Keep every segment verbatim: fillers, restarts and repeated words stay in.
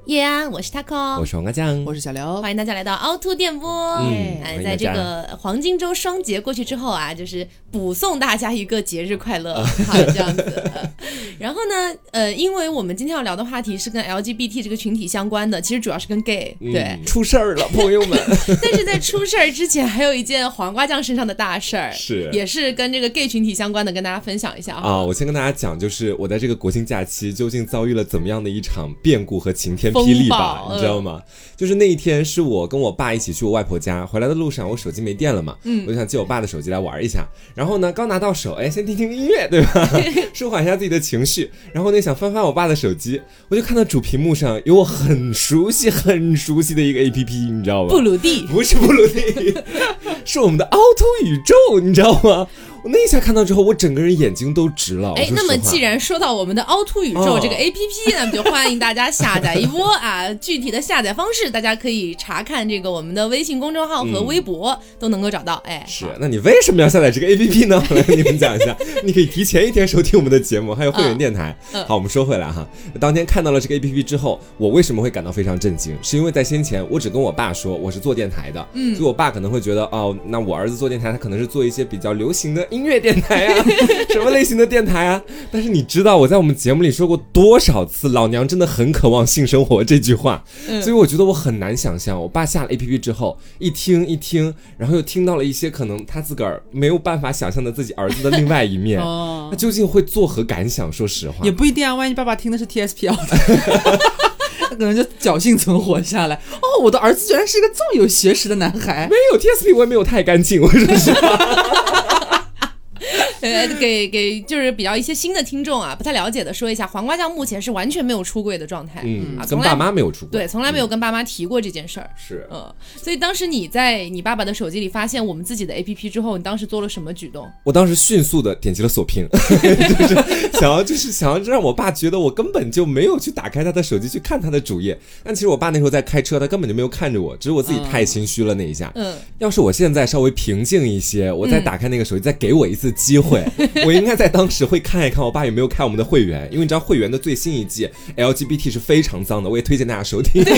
叶安，我是 Taco， 我是黄瓜酱， 我是小刘， 欢迎大家来到凹凸电波。 嗯， 哎，在这个黄金周双节过去之后啊，就是补送大家一个节日快乐，好这样子。然后呢，呃，因为我们今天要聊的话题是跟 L G B T 这个群体相关的，其实主要是跟 gay，、嗯、对， 出事儿了，朋友们。 但是在出事儿之前，还有一件黄瓜酱身上的大事儿， 是， 也是跟这个 gay 群体相关的，跟大家分享一下啊。我先跟大家讲，就是我在这个国庆假期究竟遭遇了怎么样的一场变故和晴天霹雳吧，你知道吗？嗯、就是那一天是我跟我爸一起去我外婆家，回来的路上我手机没电了嘛，嗯，我就想借我爸的手机来玩一下。然后呢，刚拿到手，哎，先听听音乐，对吧？舒缓一下自己的情绪。然后呢，想翻翻我爸的手机，我就看到主屏幕上有我很熟悉、很熟悉的一个 A P P， 你知道吗？ 布鲁蒂， 不是布鲁蒂，是我们的凹凸宇宙，你知道吗？我那一下看到之后，我整个人眼睛都直了。 哎，那么既然说到我们的凹凸宇宙这个 A P P，、哦、那么就欢迎大家下载一波啊！具体的下载方式，大家可以查看这个我们的微信公众号和微博、嗯、都能够找到。哎， 是，那你为什么要下载这个 A P P 呢？我来跟你们讲一下，你可以提前一天收听我们的节目，还有会员电台。嗯、好，我们说回来哈，当天看到了这个 A P P 之后，我为什么会感到非常震惊？是因为在先前我只跟我爸说我是做电台的，嗯，所以我爸可能会觉得哦，那我儿子做电台，他可能是做一些比较流行的音乐电台啊。什么类型的电台啊？但是你知道我在我们节目里说过多少次老娘真的很渴望性生活这句话、嗯、所以我觉得我很难想象我爸下了 A P P 之后一听一听，然后又听到了一些可能他自个儿没有办法想象的自己儿子的另外一面、哦、他究竟会作何感想？说实话也不一定啊，万一爸爸听的是 T S P L 的他可能就侥幸存活下来。哦，我的儿子居然是一个这么有学识的男孩。 没有 T S P， 我也没有太干净，我说实话呃，给给就是比较一些新的听众啊，不太了解的说一下，黄瓜酱目前是完全没有出柜的状态， 嗯，啊、跟爸妈没有出柜， 对，从来没有跟爸妈提过这件事儿， 是， 嗯，所以当时你在你爸爸的手机里发现我们自己的 A P P 之后，你当时做了什么举动？ 我当时迅速的点击了锁屏，就是想要就是想要让我爸觉得我根本就没有去打开他的手机去看他的主页，但其实我爸那时候在开车，他根本就没有看着我，只是我自己太心虚了那一下，嗯，要是我现在稍微平静一些，我再打开那个手机，嗯、再给我一次机会。我应该在当时会看一看我爸有没有开我们的会员，因为你知道会员的最新一季 L G B T 是非常脏的，我也推荐大家收听。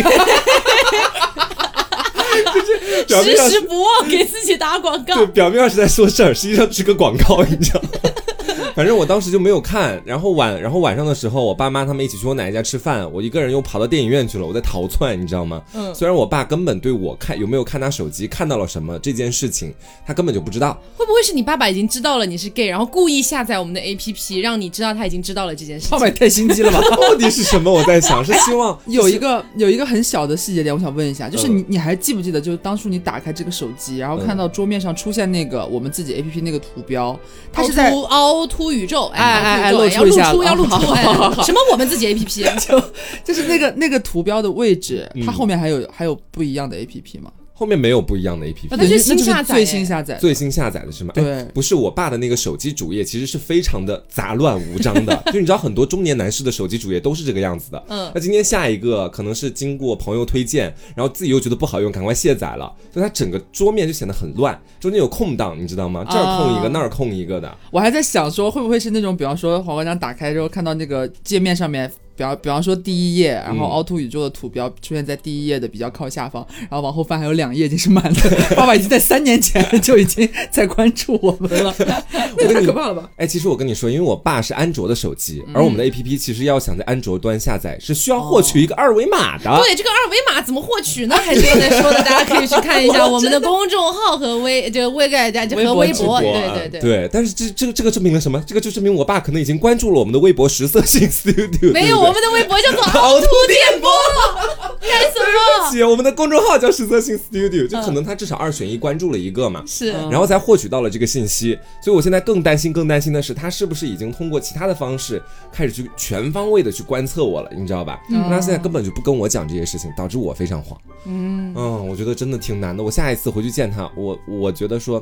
就是时时不忘给自己打广告， 对，表面上是在说事儿，实际上是个广告，你知道吗？反正我当时就没有看，然后晚然后晚上的时候，我爸妈他们一起去我奶奶家吃饭，我一个人又跑到电影院去了，我在逃窜，你知道吗？嗯，虽然我爸根本对我看有没有看他手机看到了什么这件事情，他根本就不知道。 会不会是你爸爸已经知道了你是 gay， 然后故意下载我们的 A P P， 让你知道他已经知道了这件事情？ 爸爸也太心机了吧？ 到底是什么？我在想，是希望、 哎、有一个有一个很小的细节点，我想问一下，就是你、嗯、你还记不记得，就是当初你打开这个手机，然后看到桌面上出现那个我们自己 A P P 那个图标，它是在凹凸宇宙， 哎哎哎，露出一下， 要露出，要露出， 哎、 什么我们自己 A P P， 就就是那个那个图标的位置，它后面还有还有不一样的 A P P 吗？ 后面没有不一样的 A P P， 那是新下载， 最新下载， 最新下载的是吗？ 对， 不是我爸的那个手机主页，其实是非常的杂乱无章的。就你知道，很多中年男士的手机主页都是这个样子的。嗯，那今天下一个可能是经过朋友推荐，然后自己又觉得不好用，赶快卸载了，所以它整个桌面就显得很乱，中间有空档，你知道吗？这儿空一个，啊、那儿空一个的。 我还在想说，会不会是那种，比方说黄瓜酱打开之后看到那个界面上面。比方比方说第一页，然后凹凸宇宙的图标出现在第一页的比较靠下方，然后往后翻还有两页已经是满的。爸爸已经在三年前就已经在关注我们了，那太可怕了吧？ 哎，其实我跟你说，因为我爸是安卓的手机，而我们的 A P P 其实要想在安卓端下载，是需要获取一个二维码的。 哦、对，这个二维码怎么获取呢？还是刚才说的，大家可以去看一下我们的公众号和微这个微概加和微博。对对对对，但是这这个这个证明了什么？这个就证明我爸可能已经关注了我们的微博实色性 Studio。 没有，我们的微博叫做凹凸电波，干什么？ 对不起，我们的公众号叫实色性 Studio， 就可能他至少二选一关注了一个嘛， 是、嗯， 然后才获取到了这个信息。所以我现在更担心，更担心的是他是不是已经通过其他的方式开始去全方位的去观测我了，你知道吧？嗯、他现在根本就不跟我讲这些事情，导致我非常慌。嗯嗯，我觉得真的挺难的。我下一次回去见他，我我觉得说。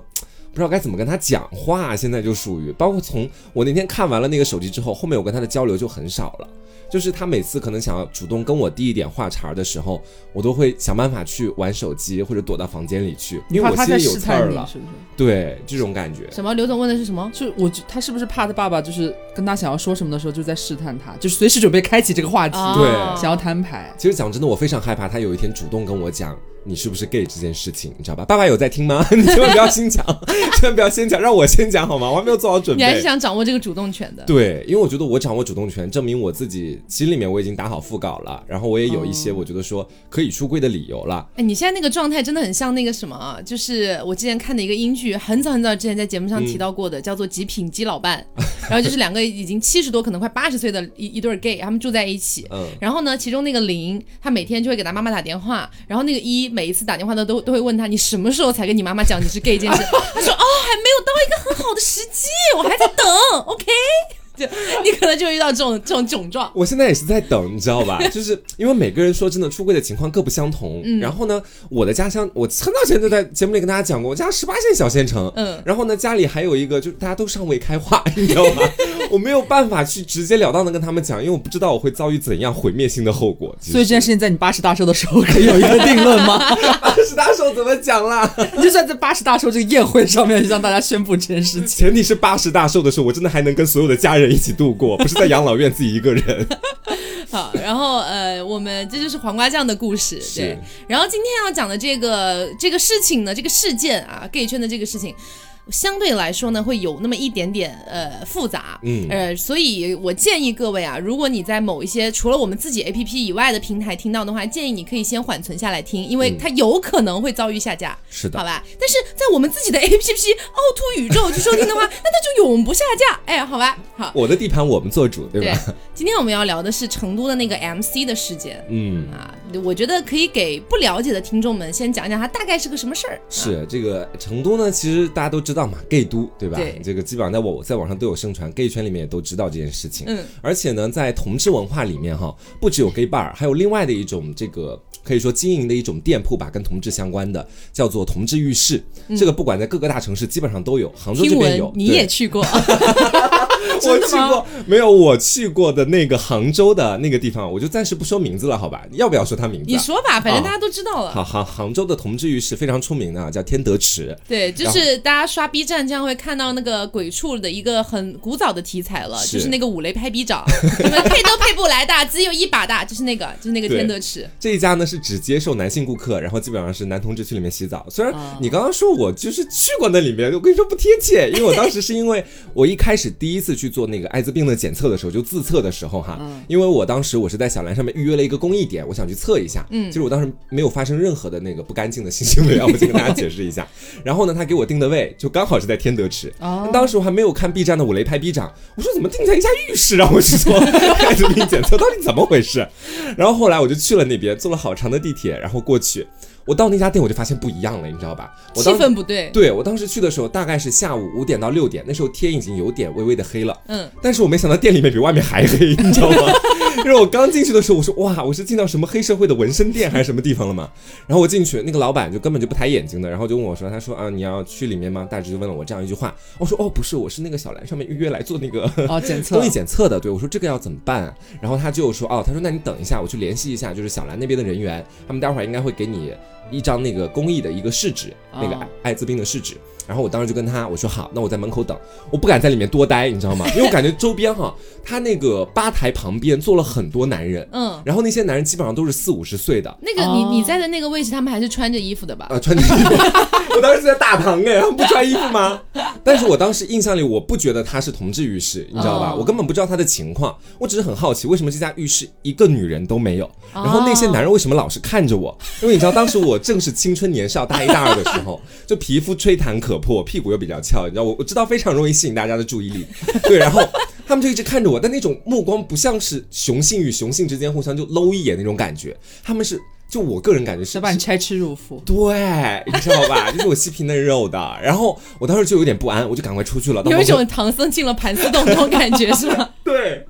不知道该怎么跟他讲话，现在就属于包括从我那天看完了那个手机之后，后面我跟他的交流就很少了。就是他每次可能想要主动跟我递一点话茬的时候，我都会想办法去玩手机或者躲到房间里去，因为我心里有刺儿了， 是不是？ 对，这种感觉。 什么？刘总问的是什么？ 就我他是不是怕他爸爸就是跟他想要说什么的时候就在试探他，就是随时准备开启这个话题， 对， 想要摊牌。 其实讲真的，我非常害怕他有一天主动跟我讲你是不是 gay 这件事情，你知道吧？爸爸有在听吗？你千万不要先讲，千万不要先讲，让我先讲好吗？我还没有做好准备。 你还是想掌握这个主动权的。 对，因为我觉得我掌握主动权，证明我自己心里面我已经打好副稿了，然后我也有一些我觉得说可以出柜的理由了。 哎，你现在那个状态真的很像那个什么啊，就是我之前看的一个英剧，很早很早之前在节目上提到过的，嗯、叫做《极品基老伴》，然后就是两个已经七十多，可能快八十岁的一一对 gay， 他们住在一起。嗯。然后呢，其中那个零，他每天就会给他妈妈打电话，然后那个一每一次打电话的都都会问他，你什么时候才跟你妈妈讲你是 gay 这件事？他说哦，还没有到一个很好的时机，我还在等 ，OK。就你可能就遇到这种这种窘状。 我现在也是在等，你知道吧？就是因为每个人说真的出柜的情况各不相同。嗯、然后呢，我的家乡，我很早前就在节目里跟大家讲过，我家十八线小县城。嗯。然后呢，家里还有一个，就是大家都尚未开化，你知道吗？我没有办法去直截了当的跟他们讲，因为我不知道我会遭遇怎样毁灭性的后果。 所以这件事情在你八十大寿的时候可以有一个定论吗？ 八十大寿怎么讲啦？ 你就算在八十大寿这个宴会上面让大家宣布这件事情。 前提是八十大寿的时候，我真的还能跟所有的家人一起度过。不是在养老院自己一个人。 好，然后呃，我们这就是黄瓜酱的故事，对。然后今天要讲的这个这个事情呢，这个事件啊 ，gay 圈的这个事情。相对来说呢，会有那么一点点呃复杂，嗯，呃，所以我建议各位啊，如果你在某一些除了我们自己 A P P 以外的平台听到的话，建议你可以先缓存下来听，因为它有可能会遭遇下架， 是的， 好吧？但是在我们自己的 A P P 凹凸宇宙去收听的话，那它就永不下架，哎，好吧？好， 我的地盘我们做主，对吧？ 对，今天我们要聊的是成都的那个 M C 的事件，嗯啊，我觉得可以给不了解的听众们先讲讲它大概是个什么事儿。 是、啊、这个成都呢，其实大家都知道嘛 ，gay 都。对吧？对，这个基本上在我在网上都有盛传 ，gay 圈里面也都知道这件事情。嗯，而且呢，在同志文化里面哈，不只有 gay bar， 还有另外的一种这个可以说经营的一种店铺吧，跟同志相关的，叫做同志浴室。嗯、这个不管在各个大城市基本上都有，杭州这边有， 你也去过。 我去过，没有我去过的那个杭州的那个地方，我就暂时不说名字了，好吧？要不要说他名字、啊？ 你说吧，反正大家都知道了。 哦、好好，杭州的同志浴室非常出名的，叫天德池。 对，就是大家刷 B 站这样会看到那个鬼畜的一个很古早的题材了，是就是那个五雷拍逼掌，你们配都配不来的，只有一把的，就是那个，就是那个天德池。 这一家呢是只接受男性顾客，然后基本上是男同志去里面洗澡。虽然你刚刚说我就是去过那里面，我跟你说不贴切，因为我当时是因为我一开始第一次去做那个艾滋病的检测的时候，就自测的时候哈，嗯、因为我当时我是在小蓝上面预约了一个公益点，我想去测一下。嗯，其实我当时没有发生任何的那个不干净的性行为啊，我先跟大家解释一下。然后呢，他给我定的位就刚好是在天德池。哦，当时我还没有看 B 站的五雷拍逼掌，我说怎么定在一家浴室啊？我是说艾滋病检测到底怎么回事？然后后来我就去了那边，坐了好长的地铁，然后过去。我到那家店我就发现不一样了，你知道吧？我气氛不对。 对，我当时去的时候大概是下午五点到六点，那时候天已经有点微微的黑了。嗯，但是我没想到店里面比外面还黑，你知道吗？因为我刚进去的时候，我说哇，我是进到什么黑社会的纹身店还是什么地方了吗？然后我进去，那个老板就根本就不抬眼睛的，然后就问我说，他说啊，你要去里面吗？大致就问了我这样一句话。我说哦，不是，我是那个小蓝上面预约来做那个哦检测公益检测的。对，我说这个要怎么办啊？然后他就说哦，他说那你等一下，我去联系一下，就是小蓝那边的人员，他们待会儿应该会给你一张那个公益的一个试纸，那个艾滋病的试纸。然后我当时就跟他我说好，那我在门口等，我不敢在里面多待，你知道吗？因为我感觉周边哈，他那个吧台旁边坐了很多男人，嗯，然后那些男人基本上都是四五十岁的。 那个你你在的那个位置，他们还是穿着衣服的吧？ 啊，穿着衣服。我当时在大堂哎，他们不穿衣服吗？但是我当时印象里，我不觉得他是同志浴室，你知道吧？我根本不知道他的情况，我只是很好奇，为什么这家浴室一个女人都没有？然后那些男人为什么老是看着我？因为你知道，当时我正是青春年少，大一大二的时候，就皮肤吹弹可破，屁股又比较翘，你知道我我知道非常容易吸引大家的注意力，对，然后他们就一直看着我，但那种目光不像是雄性与雄性之间互相就搂一眼那种感觉，他们是就我个人感觉是把你拆吃入腹， 对，你知道吧？就是我细皮嫩肉的，然后我当时就有点不安，我就赶快出去了。 有一种唐僧进了盘丝洞那种感觉是吗？ 对。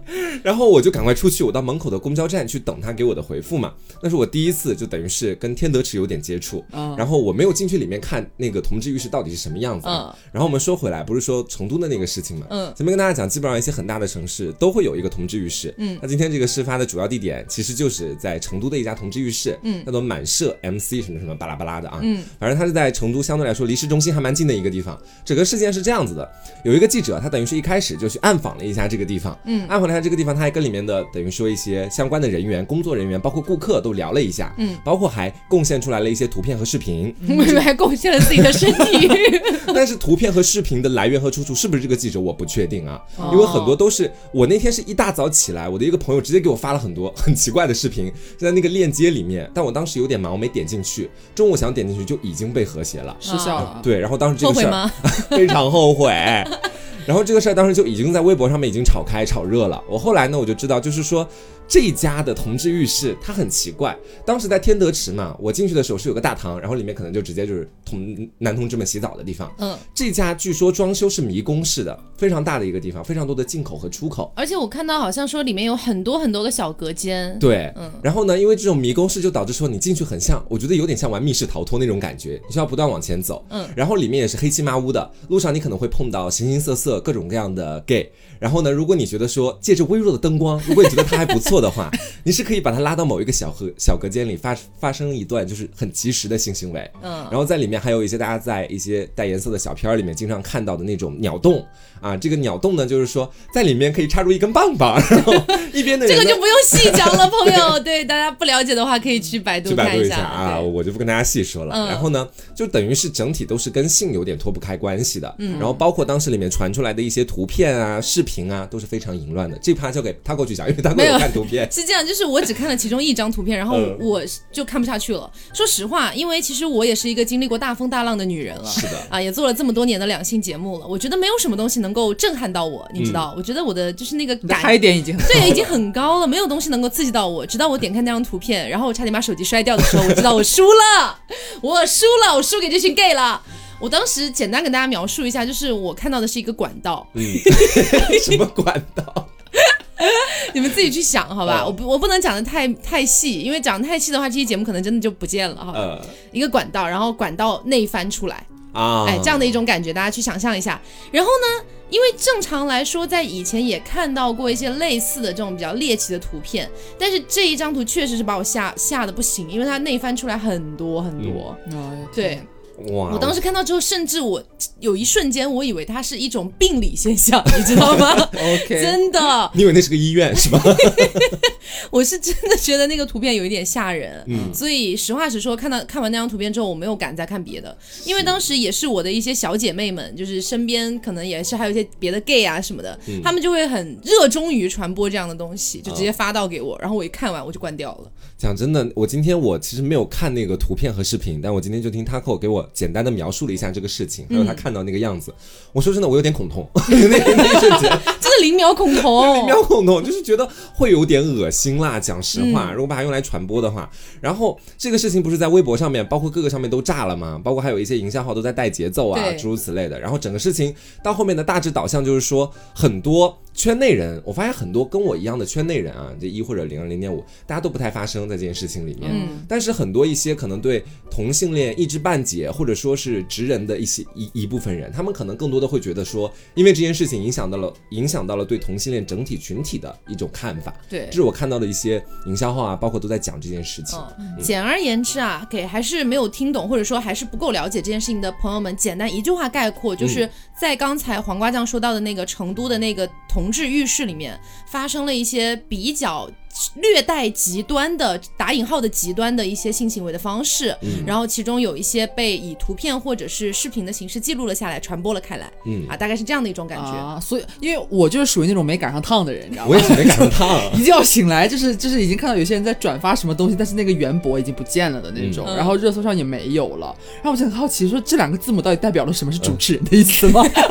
然后我就赶快出去，我到门口的公交站去等他给我的回复嘛。那是我第一次就等于是跟天德池有点接触、嗯、然后我没有进去里面看那个同志浴室到底是什么样子、啊嗯、然后我们说回来，不是说成都的那个事情嘛，嗯，前面跟大家讲基本上一些很大的城市都会有一个同志浴室，嗯，那今天这个事发的主要地点其实就是在成都的一家同志浴室，嗯，叫做满社 M C 什么什么巴拉巴拉的啊，嗯，反正它是在成都相对来说离市中心还蛮近的一个地方。整个事件是这样子的，有一个记者他等于是一开始就去暗访了一下这个地方，嗯，暗访了一下这个地方，他还跟里面的等于说一些相关的人员工作人员包括顾客都聊了一下，嗯，包括还贡献出来了一些图片和视频， 为什么还贡献了自己的身体但是图片和视频的来源和出处是不是这个记者我不确定啊、哦、因为很多都是我那天是一大早起来，我的一个朋友直接给我发了很多很奇怪的视频在那个链接里面，但我当时有点忙我没点进去，中午想点进去就已经被和谐了， 失效了、 呃、对，然后当时这个事后悔吗非常后悔然后这个事儿当时就已经在微博上面已经炒开炒热了。我后来呢我就知道，就是说这一家的同志浴室它很奇怪，当时在天德池嘛，我进去的时候是有个大堂，然后里面可能就直接就是同男同志们洗澡的地方，嗯，这家据说装修是迷宫式的，非常大的一个地方，非常多的进口和出口， 而且我看到好像说里面有很多很多个小隔间， 对，嗯，然后呢因为这种迷宫式就导致说你进去很像，我觉得有点像玩密室逃脱那种感觉，你需要不断往前走，嗯，然后里面也是黑漆麻乌的，路上你可能会碰到形形色色各种各样的 gay， 然后呢如果你觉得说借着微弱的灯光，如果你觉得他还不错的话你是可以把他拉到某一个小隔小隔间里 发, 发生一段就是很及时的性行为，嗯，然后在里面还有一些大家在一些带颜色的小片里面经常看到的那种鸟洞啊，这个鸟洞呢就是说在里面可以插入一根棒棒，然后一边的人这个就不用细讲了朋友对大家不了解的话可以去百度看一下啊，我就不跟大家细说了、嗯、然后呢就等于是整体都是跟性有点脱不开关系的、嗯、然后包括当时里面传出来的一些图片啊视频啊都是非常淫乱的，这趴交给他过去讲，因为他过有看图片， 是这样，就是我只看了其中一张图片然后我就看不下去了、嗯、说实话，因为其实我也是一个经历过大风大浪的女人了， 是的啊，也做了这么多年的两性节目了，我觉得没有什么东西能够震撼到我，你知道、嗯、我觉得我的就是那个感嗨点已经很高了， 对，已经很高了，没有东西能够刺激到我，直到我点开那张图片然后我差点把手机摔掉的时候我知道我输了我输了我输给这群 gay 了。我当时简单跟大家描述一下，就是我看到的是一个管道，嗯， 什么管道你们自己去想好吧、哦、我不我不能讲的太太细，因为讲的太细的话这期节目可能真的就不见了好吧、呃、一个管道，然后管道内翻出来啊，哎，这样的一种感觉大家去想象一下。然后呢因为正常来说在以前也看到过一些类似的这种比较猎奇的图片，但是这一张图确实是把我吓吓得不行，因为它内翻出来很多很多、嗯、对，哇！我当时看到之后，甚至我有一瞬间，我以为它是一种病理现象，你知道吗 ？OK， 真的。 你以为那是个医院是吧？ 我是真的觉得那个图片有一点吓人，嗯，所以实话实说，看到看完那张图片之后，我没有敢再看别的，因为当时也是我的一些小姐妹们，就是身边可能也是还有一些别的 gay 啊什么的，嗯、他们就会很热衷于传播这样的东西，就直接发到给我，然后我一看完我就关掉了。 讲真的，我今天我其实没有看那个图片和视频，但我今天就听 Taco 给我简单的描述了一下这个事情，还有他看到那个样子。嗯、我说真的，我有点恐同，那那一瞬间真的零秒恐同， 零秒恐同，就是觉得会有点恶心啦。讲实话，嗯、如果把它用来传播的话，然后这个事情不是在微博上面，包括各个上面都炸了吗？包括还有一些营销号都在带节奏啊，诸如此类的。然后整个事情到后面的大致导向就是说，很多圈内人，我发现很多跟我一样的圈内人啊，这一或者零零点五，大家都不太发声在这件事情里面。嗯、但是很多一些可能对同性恋一知半解，或者说是直人的一些一一部分人，他们可能更多的会觉得说，因为这件事情影响到了影响到了对同性恋整体群体的一种看法。 对， 这是我看到的一些营销号啊，包括都在讲这件事情。 哦嗯、简而言之啊，给还是没有听懂或者说还是不够了解这件事情的朋友们，简单一句话概括，就是在刚才黄瓜酱说到的那个成都的那个同志浴室里面，发生了一些比较略带极端的打引号的极端的一些性行为的方式、嗯、然后其中有一些被以图片或者是视频的形式记录了下来，传播了开来、嗯、啊，大概是这样的一种感觉啊。 所以因为我就是属于那种没赶上烫的人，你知道吗？ 我也是没赶上烫一觉醒来就是就是已经看到有些人在转发什么东西，但是那个原博已经不见了的那种、嗯、然后热搜上也没有了，然后我就很好奇说这两个字母到底代表了什么，是主持人的意思吗？嗯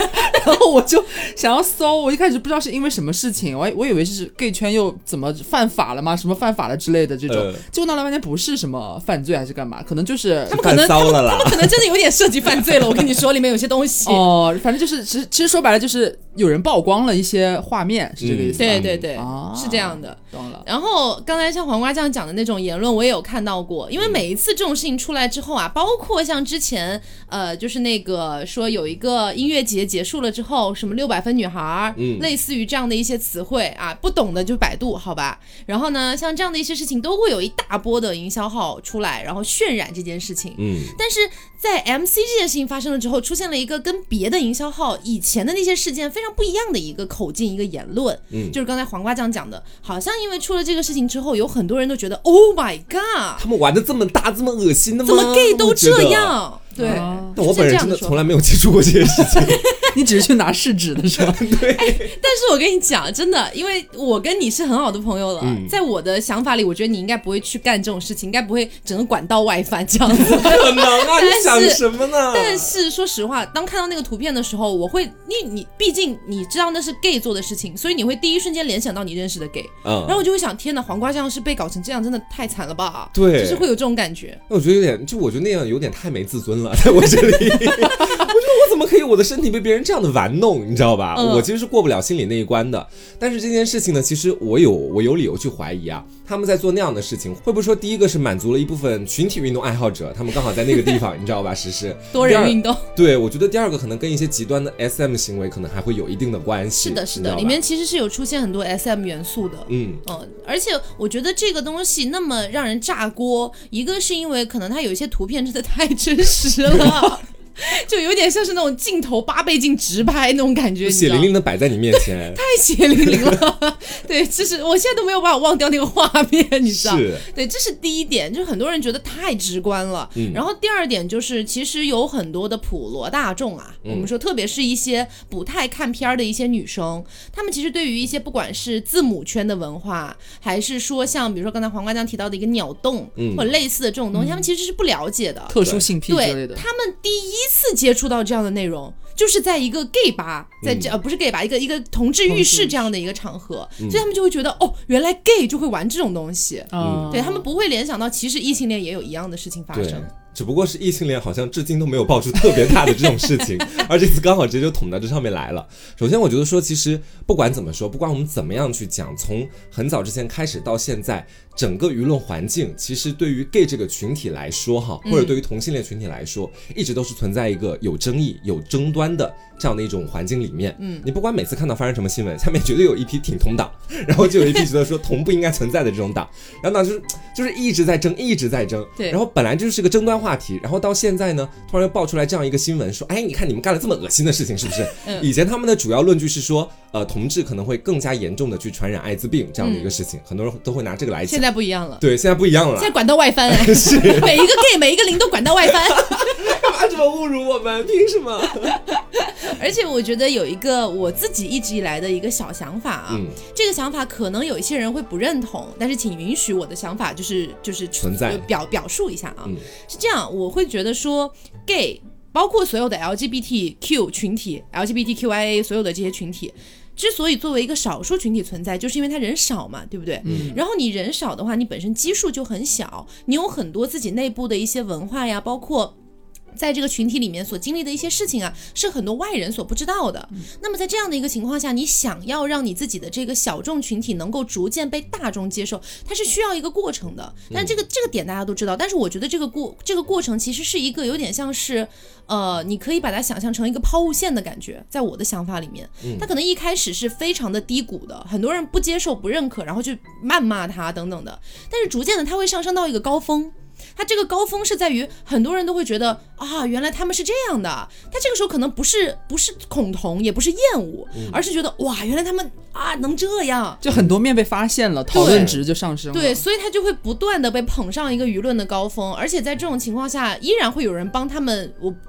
然后我就想要搜，我一开始不知道是因为什么事情，我我以为是 gay 圈又怎么犯法了吗？什么犯法了之类的这种，呃、结果闹了半天不是什么犯罪还是干嘛，可能就是他们可能骚了啦， 他们可能真的有点涉及犯罪了。我跟你说，里面有些东西哦，反正就是其实其实说白了就是有人曝光了一些画面，是这个意思吧？ 嗯、对对对、 啊， 是这样的。 懂了。 然后刚才像黄瓜酱讲的那种言论，我也有看到过，因为每一次这种事情出来之后啊，包括像之前呃，就是那个说有一个音乐节结束了之后，什么六百分女孩，嗯，类似于这样的一些词汇啊，不懂的就百度，好吧。然后呢，像这样的一些事情都会有一大波的营销号出来，然后渲染这件事情。嗯，但是在 M C 这件事情发生了之后，出现了一个跟别的营销号以前的那些事件非常不一样的一个口径，一个言论。嗯，就是刚才黄瓜酱讲的，好像因为出了这个事情之后，有很多人都觉得 Oh my God， 他们玩的这么大，这么恶心的吗？ 怎么 gay 都这样？对、啊， 但我本人真的从来没有接触过这些事情。 你只是去拿试纸的时候， 对、 哎。但是我跟你讲，真的，因为我跟你是很好的朋友了，嗯、在我的想法里，我觉得你应该不会去干这种事情，应该不会整个管道外翻这样子。 不可能啊！你想什么呢？ 但是说实话，当看到那个图片的时候，我会，因为你毕竟你知道那是 gay 做的事情，所以你会第一瞬间联想到你认识的 gay，、嗯、然后我就会想，天哪，黄瓜酱是被搞成这样，真的太惨了吧？ 对， 就是会有这种感觉。 那我觉得有点，就我觉得那样有点太没自尊了，在我这里。我觉得我怎么可以我的身体被别人这样的玩弄，你知道吧、嗯、我其实是过不了心里那一关的。但是这件事情呢，其实我有我有理由去怀疑啊，他们在做那样的事情，会不会说第一个是满足了一部分群体运动爱好者，他们刚好在那个地方你知道吧，实施多人运动。 对，我觉得第二个可能跟一些极端的 S M 行为可能还会有一定的关系。 是的是的，里面其实是有出现很多 S M 元素的。嗯嗯，而且我觉得这个东西那么让人炸锅，一个是因为可能它有一些图片真的太真实了就有点像是那种镜头八倍镜直拍那种感觉， 血淋淋的摆在你面前， 太血淋淋了。对，就是我现在都没有办法忘掉那个画面，你知道？是，对，这是第一点，就是很多人觉得太直观了。嗯、然后第二点就是，其实有很多的普罗大众啊，嗯、我们说特别是一些不太看片的一些女生，她们其实对于一些不管是字母圈的文化，还是说像比如说刚才黄瓜酱提到的一个鸟洞、嗯、或者类似的这种东西，她、嗯、们其实是不了解的， 特殊性癖之类的。 她们第一次接触到这样的内容，就是在一个 gay 吧，在这、嗯、呃不是 gay 吧，一个一个同志浴室这样的一个场合，所以他们就会觉得哦，原来 gay 就会玩这种东西，嗯，对他们不会联想到其实异性恋也有一样的事情发生。 只不过是异性恋好像至今都没有爆出特别大的这种事情，而这次刚好直接就捅到这上面来了。首先我觉得说，其实不管怎么说，不管我们怎么样去讲，从很早之前开始到现在，整个舆论环境其实对于 gay 这个群体来说哈，或者对于同性恋群体来说、嗯、一直都是存在一个有争议有争端的这样的一种环境里面。嗯，你不管每次看到发生什么新闻，下面绝对有一批挺同党，然后就有一批觉得说同不应该存在的这种党，然后呢就是就是一直在争一直在争。对，然后本来就是个争端话题，然后到现在呢突然又爆出来这样一个新闻说，哎，你看你们干了这么恶心的事情，是不是、嗯、以前他们的主要论据是说呃，同志可能会更加严重的去传染艾滋病这样的一个事情、嗯、很多人都会拿这个来讲。 现在不一样了， 对，现在不一样了， 现在管道外翻、哎、 是每一个 gay 每一个零都管道外翻干嘛这么侮辱我们，凭什么？ 而且我觉得有一个我自己一直以来的一个小想法啊、嗯，这个想法可能有一些人会不认同，但是请允许我的想法就是就是存在表表述一下啊、嗯，是这样，我会觉得说 gay 包括所有的 L G B T Q 群体 L G B T Q I A 所有的这些群体之所以作为一个少数群体存在，就是因为它人少嘛，对不对？嗯。然后你人少的话，你本身基数就很小，你有很多自己内部的一些文化呀，包括在这个群体里面所经历的一些事情啊，是很多外人所不知道的、嗯、那么在这样的一个情况下，你想要让你自己的这个小众群体能够逐渐被大众接受，它是需要一个过程的，但这个、嗯、这个点大家都知道，但是我觉得这个过这个过程其实是一个有点像是呃，你可以把它想象成一个抛物线的感觉，在我的想法里面、嗯、它可能一开始是非常的低谷的，很多人不接受不认可，然后就谩骂它等等的，但是逐渐的它会上升到一个高峰，它这个高峰是在于很多人都会觉得啊，原来他们是这样的，他这个时候可能不是不是恐同，也不是厌恶、嗯、而是觉得哇，原来他们啊能这样， 就很多面被发现了，讨论值就上升了。 对，所以他就会不断的被捧上一个舆论的高峰，而且在这种情况下依然会有人帮他们我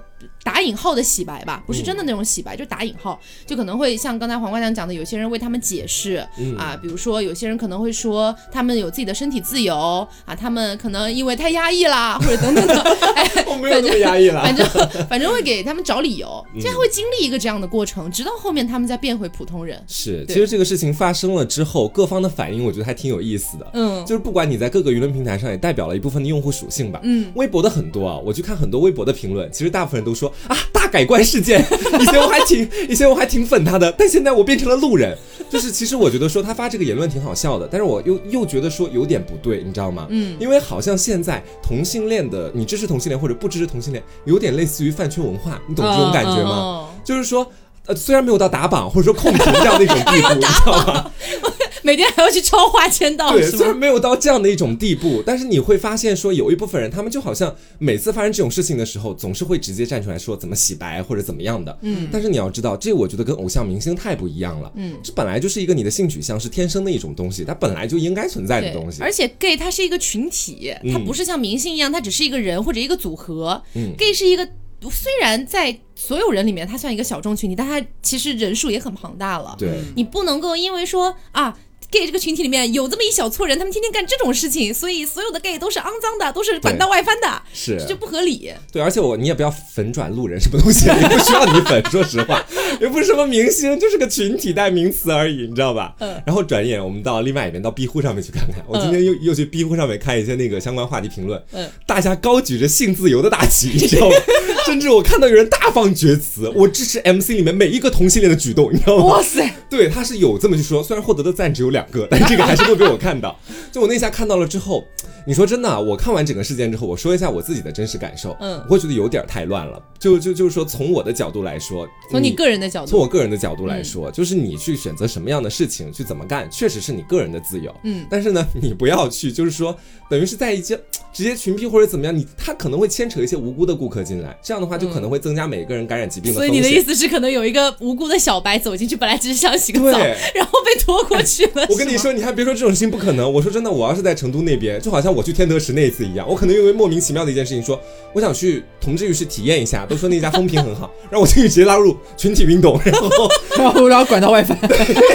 打引号的洗白吧，不是真的那种洗白，嗯、就打引号，就可能会像刚才黄瓜酱讲的，有些人为他们解释、嗯、啊，比如说有些人可能会说他们有自己的身体自由啊，他们可能因为太压抑啦，或者等等的，哎， 我没有那么压抑啦， 反正反正会给他们找理由，经常会经历一个这样的过程，直到后面他们再变回普通人。 是，其实这个事情发生了之后，各方的反应我觉得还挺有意思的。嗯，就是不管你在各个舆论平台上，也代表了一部分的用户属性吧。嗯，微博的很多啊，我去看很多微博的评论，其实大部分人都说啊，大改观事件，以前我还挺以前我还挺粉他的，但现在我变成了路人。就是其实我觉得说他发这个言论挺好笑的，但是我又又觉得说有点不对，你知道吗？嗯，因为好像现在同性恋的，你支持同性恋或者不支持同性恋，有点类似于饭圈文化，你懂这种感觉吗？哦哦、就是说。呃，虽然没有到打榜或者说控评这样的一种地步，你知道吗？ 每天还要去抄花签到， 对，虽然没有到这样的一种地步，但是你会发现说有一部分人，他们就好像每次发生这种事情的时候，总是会直接站出来说怎么洗白或者怎么样的。嗯，但是你要知道，这我觉得跟偶像明星太不一样了。嗯，这本来就是一个你的性取向是天生的一种东西，它本来就应该存在的东西。 而且 gay 它是一个群体，它不是像明星一样，它只是一个人或者一个组合。嗯 ，gay 是一个。虽然在所有人里面它算一个小众群体，但它其实人数也很庞大了。 对， 你不能够因为说啊 gay 这个群体里面有这么一小撮人，他们天天干这种事情，所以所有的 gay 都是肮脏的，都是管道外翻的， 是这就不合理。 对，而且我你也不要粉转路人什么东西，也不需要你粉，说实话，也不是什么明星，就是个群体代名词而已，你知道吧？嗯。然后转眼我们到另外一边，到 B 乎上面去看看。我今天又、嗯、又去 B 乎上面看一些那个相关话题评论，嗯，大家高举着性自由的大旗，你知道吗？甚至我看到有人大放厥词，我支持 M C 里面每一个同性恋的举动，你知道吗？ 哇塞， 对，他是有这么去说，虽然获得的赞只有两个，但这个还是会被我看到。就我那下看到了之后，你说真的、啊，我看完整个事件之后，我说一下我自己的真实感受，嗯，我会觉得有点太乱了。就就就是说，从我的角度来说， 从你个人的角度， 从我个人的角度来说，嗯、就是你去选择什么样的事情去怎么干，确实是你个人的自由，嗯，但是呢，你不要去，就是说，等于是在一些直接群批或者怎么样，你他可能会牵扯一些无辜的顾客进来，这样的话就可能会增加每个人感染疾病的风险。 所以你的意思是，可能有一个无辜的小白走进去，本来只是想洗个澡，然后被拖过去了。 我跟你说，你还别说这种事情不可能。我说真的，我要是在成都那边，就好像我去天德池那一次一样，我可能因为莫名其妙的一件事情说，我想去同志浴室体验一下，都说那家风评很好，然后我进去直接拉入群体运动，然后然后然后管到外翻。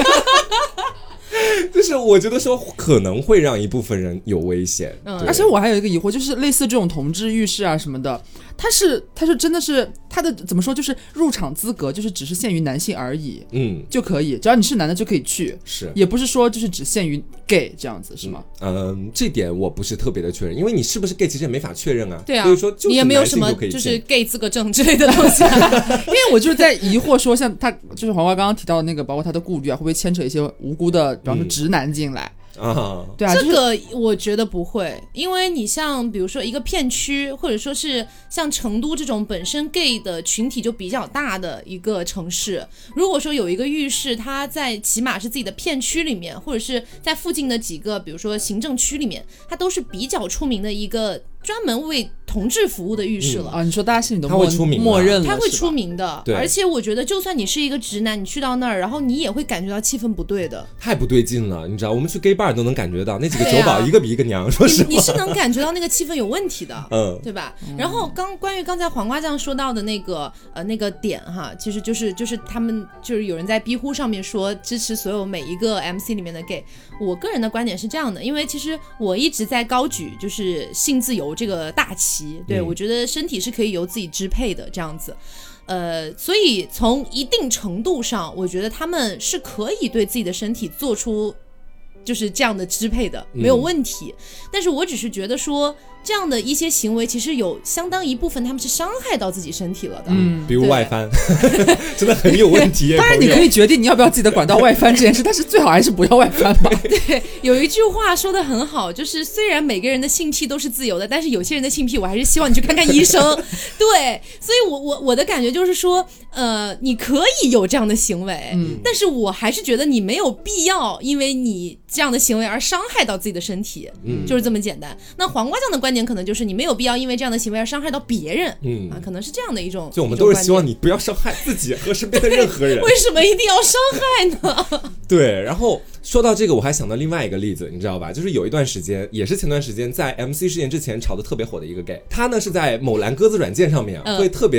就是我觉得说可能会让一部分人有危险，嗯， 而且我还有一个疑惑，就是类似这种同志浴室啊什么的，它是它是真的是它的怎么说，就是入场资格就是只是限于男性而已，嗯，就可以，只要你是男的就可以去， 是， 也不是说就是只限于 gay 这样子，是吗？ 嗯，嗯这点我不是特别的确认，因为你是不是 gay 其实也没法确认啊， 对啊， 所以说就是你也没有什么就是 gay 资格证之类的东西、啊， 因为我就是在疑惑说，像他就是黄瓜刚刚提到的那个，包括他的顾虑啊，会不会牵扯一些无辜的，比方说直男进来？嗯啊， 对啊， 这个我觉得不会，因为你像比如说一个片区，或者说是像成都这种本身 gay 的群体就比较大的一个城市，如果说有一个浴室，它在起码是自己的片区里面，或者是在附近的几个，比如说行政区里面，它都是比较出名的一个专门为同志服务的浴室了、 嗯、啊！你说大家心里都默默认了， 它会出名的。而且我觉得，就算你是一个直男，你去到那儿，然后你也会感觉到气氛不对的， 太不对劲了。你知道，我们去 gay bar 都能感觉到那几个酒保一个比一个娘，说实话， 你, 你是能感觉到那个气氛有问题的， 嗯， 对吧？嗯、然后刚关于刚才黄瓜酱说到的那个呃那个点哈，其实就是就是他们就是有人在 B 乎上面说支持所有每一个 M C 里面的 gay。我个人的观点是这样的，因为其实我一直在高举就是性自由这个大旗，对、嗯、我觉得身体是可以由自己支配的这样子。呃，所以从一定程度上，我觉得他们是可以对自己的身体做出就是这样的支配的，没有问题、嗯、但是我只是觉得说这样的一些行为其实有相当一部分他们是伤害到自己身体了的， 嗯，比如外翻真的很有问题。 当然你可以决定你要不要自己的管道外翻这件事，但是最好还是不要外翻吧。 对，有一句话说得很好，就是虽然每个人的性癖都是自由的，但是有些人的性癖我还是希望你去看看医生。对，所以我我我的感觉就是说呃，你可以有这样的行为、嗯、但是我还是觉得你没有必要因为你这样的行为而伤害到自己的身体，嗯，就是这么简单。那黄瓜酱的观点可能就是你没有必要因为这样的行为而伤害到别人，嗯啊，可能是这样的一种。 就我们都是希望你不要伤害自己和身边的任何人。 为什么一定要伤害呢？ 对，然后说到这个，我还想到另外一个例子，你知道吧？就是有一段时间，也是前段时间在 M C 事件之前炒得特别火的一个 gay， 他呢是在某蓝鸽子软件上面、啊嗯、会特别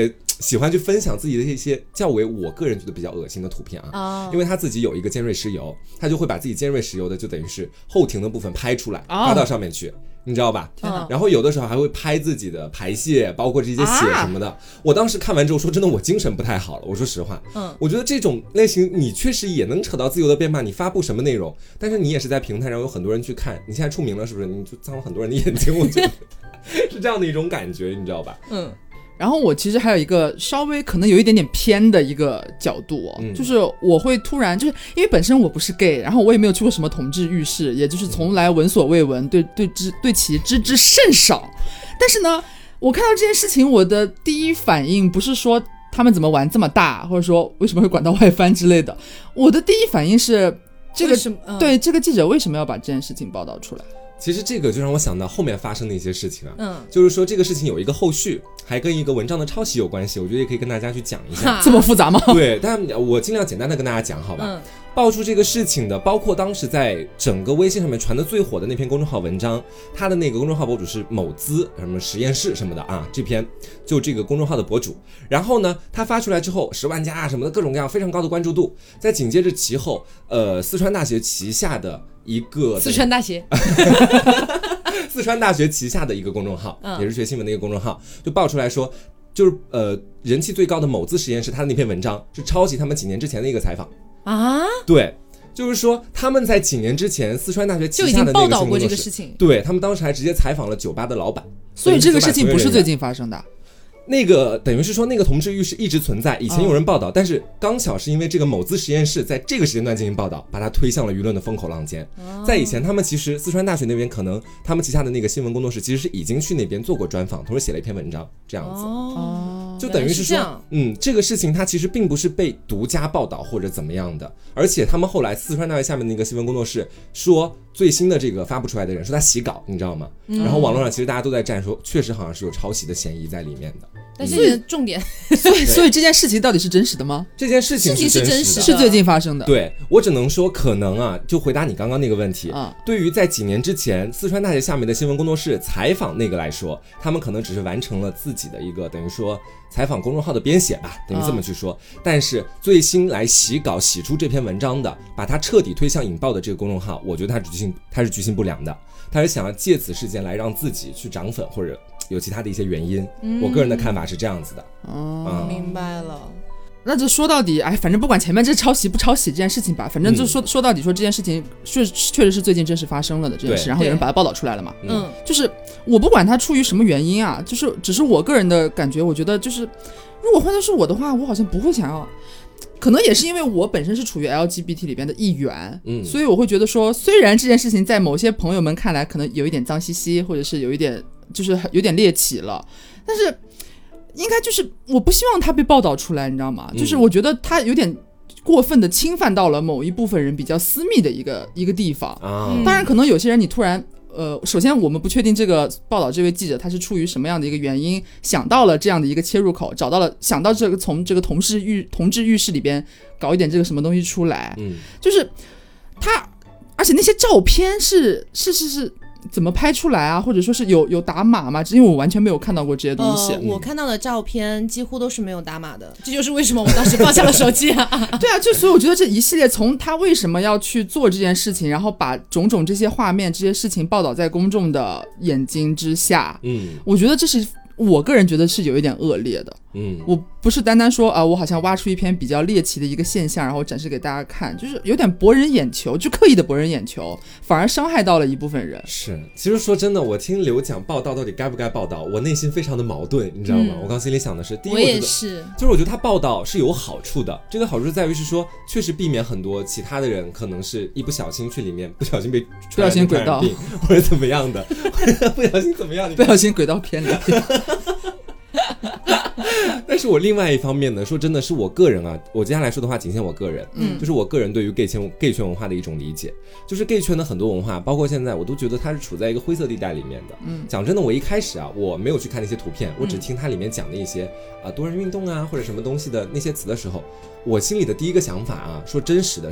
喜欢去分享自己的一些较为我个人觉得比较恶心的图片啊， oh. 因为他自己有一个尖锐湿疣，他就会把自己尖锐湿疣的就等于是后庭的部分拍出来发到上面去。Oh.你知道吧？然后有的时候还会拍自己的排泄，包括这些血什么的。啊、我当时看完之后说，真的，我精神不太好了。我说实话，嗯，我觉得这种类型你确实也能扯到自由的边吧？你发布什么内容，但是你也是在平台上有很多人去看，你现在出名了，是不是？你就脏了很多人的眼睛，我觉得是这样的一种感觉，你知道吧？嗯。 然后我其实还有一个稍微可能有一点点偏的一个角度哦，嗯、就是我会突然就是因为本身我不是 gay， 然后我也没有去过什么同志浴室，也就是从来闻所未闻，对对之对其知之甚少。但是呢，我看到这件事情，我的第一反应不是说他们怎么玩这么大，或者说为什么会管到外翻之类的，我的第一反应是这个、嗯、对这个记者为什么要把这件事情报道出来。 其实这个就让我想到后面发生的一些事情啊，嗯，就是说这个事情有一个后续，还跟一个文章的抄袭有关系，我觉得也可以跟大家去讲一下。 这么复杂吗？ 对，但我尽量简单的跟大家讲，好吧。嗯，爆出这个事情的，包括当时在整个微信上面传的最火的那篇公众号文章，他的那个公众号博主是某资什么实验室什么的啊，这篇就这个公众号的博主，然后呢，他发出来之后十万加啊什么的各种各样非常高的关注度，在紧接着其后，呃，四川大学旗下的一个四川大学。 四川大学旗下的一个公众号，嗯、也是学新闻的一个公众号，就爆出来说，就是呃人气最高的某资实验室，他的那篇文章是抄袭他们几年之前的一个采访啊。对，就是说他们在几年之前，四川大学旗下的那个新闻就已经报道过这个事情。 对，他们当时还直接采访了酒吧的老板， 所以这个事情不是最近发生的。 那个等于是说那个同志浴室一直存在，以前有人报道、哦、但是刚巧是因为这个某资实验室在这个时间段进行报道，把它推向了舆论的风口浪尖、哦、在以前他们其实四川大学那边可能他们旗下的那个新闻工作室其实是已经去那边做过专访，同时写了一篇文章这样子哦，就等于是说是嗯，这个事情它其实并不是被独家报道或者怎么样的，而且他们后来四川大学下面那个新闻工作室说最新的这个发布出来的人说他洗稿，你知道吗、嗯、然后网络上其实大家都在站说确实好像是有抄袭的嫌疑在里面的， 但是重点所以所以这件事情到底是真实的吗？ 这件事情是真实的， 是最近发生的。 对，我只能说可能啊，就回答你刚刚那个问题、啊、对于在几年之前四川大学下面的新闻工作室采访那个来说，他们可能只是完成了自己的一个等于说采访公众号的编写吧，等于这么去说、啊、但是最新来洗稿洗出这篇文章的，把它彻底推向引爆的这个公众号，我觉得他是居心他是居心不良的，他是想要借此事件来让自己去涨粉或者有其他的一些原因、嗯、我个人的看法是这样子的。 哦、嗯，明白了。 那就说到底，哎，反正不管前面这抄袭不抄袭这件事情吧，反正就说、嗯、说到底，说这件事情确确实是最近真实发生了的这件事，然后有人把它报道出来了嘛。嗯，就是我不管他出于什么原因啊，就是只是我个人的感觉，我觉得就是如果换作是我的话，我好像不会想要。可能也是因为我本身是处于 L G B T 里边的一员、嗯、所以我会觉得说，虽然这件事情在某些朋友们看来可能有一点脏兮兮，或者是有一点就是有点猎奇了，但是应该就是我不希望它被报道出来，你知道吗、嗯、就是我觉得它有点过分的侵犯到了某一部分人比较私密的一个一个地方、啊、当然可能有些人你突然呃，首先我们不确定这个报道这位记者他是出于什么样的一个原因想到了这样的一个切入口，找到了想到这个从这个同事浴同志浴室里边搞一点这个什么东西出来，嗯，就是他，而且那些照片是是是是怎么拍出来啊，或者说是有有打码吗？因为我完全没有看到过这些东西、 呃、我看到的照片几乎都是没有打码的，这就是为什么我当时放下了手机啊对啊，就所以我觉得这一系列从他为什么要去做这件事情，然后把种种这些画面这些事情报道在公众的眼睛之下，嗯，我觉得这是我个人觉得是有一点恶劣的。嗯，我不是单单说啊、呃，我好像挖出一篇比较猎奇的一个现象，然后展示给大家看，就是有点博人眼球，就刻意的博人眼球，反而伤害到了一部分人。 是，其实说真的，我听刘讲报道到底该不该报道，我内心非常的矛盾，你知道吗？嗯、我刚心里想的是，第一， 我也是， 就是我觉得他报道是有好处的，这个好处在于是说，确实避免很多其他的人可能是一不小心去里面，不小心被不小心轨道或者怎么样的，或者不小心怎么样， 不小心轨道偏离。 但是我另外一方面呢，说真的是我个人啊，我接下来说的话仅限我个人，嗯，就是我个人对于 gay 圈 gay 圈文化的一种理解，就是 gay 圈的很多文化，包括现在我都觉得它是处在一个灰色地带里面的。嗯，讲真的，我一开始啊，我没有去看那些图片，我只听它里面讲的一些啊、呃、多人运动啊或者什么东西的那些词的时候，我心里的第一个想法啊，说真实的是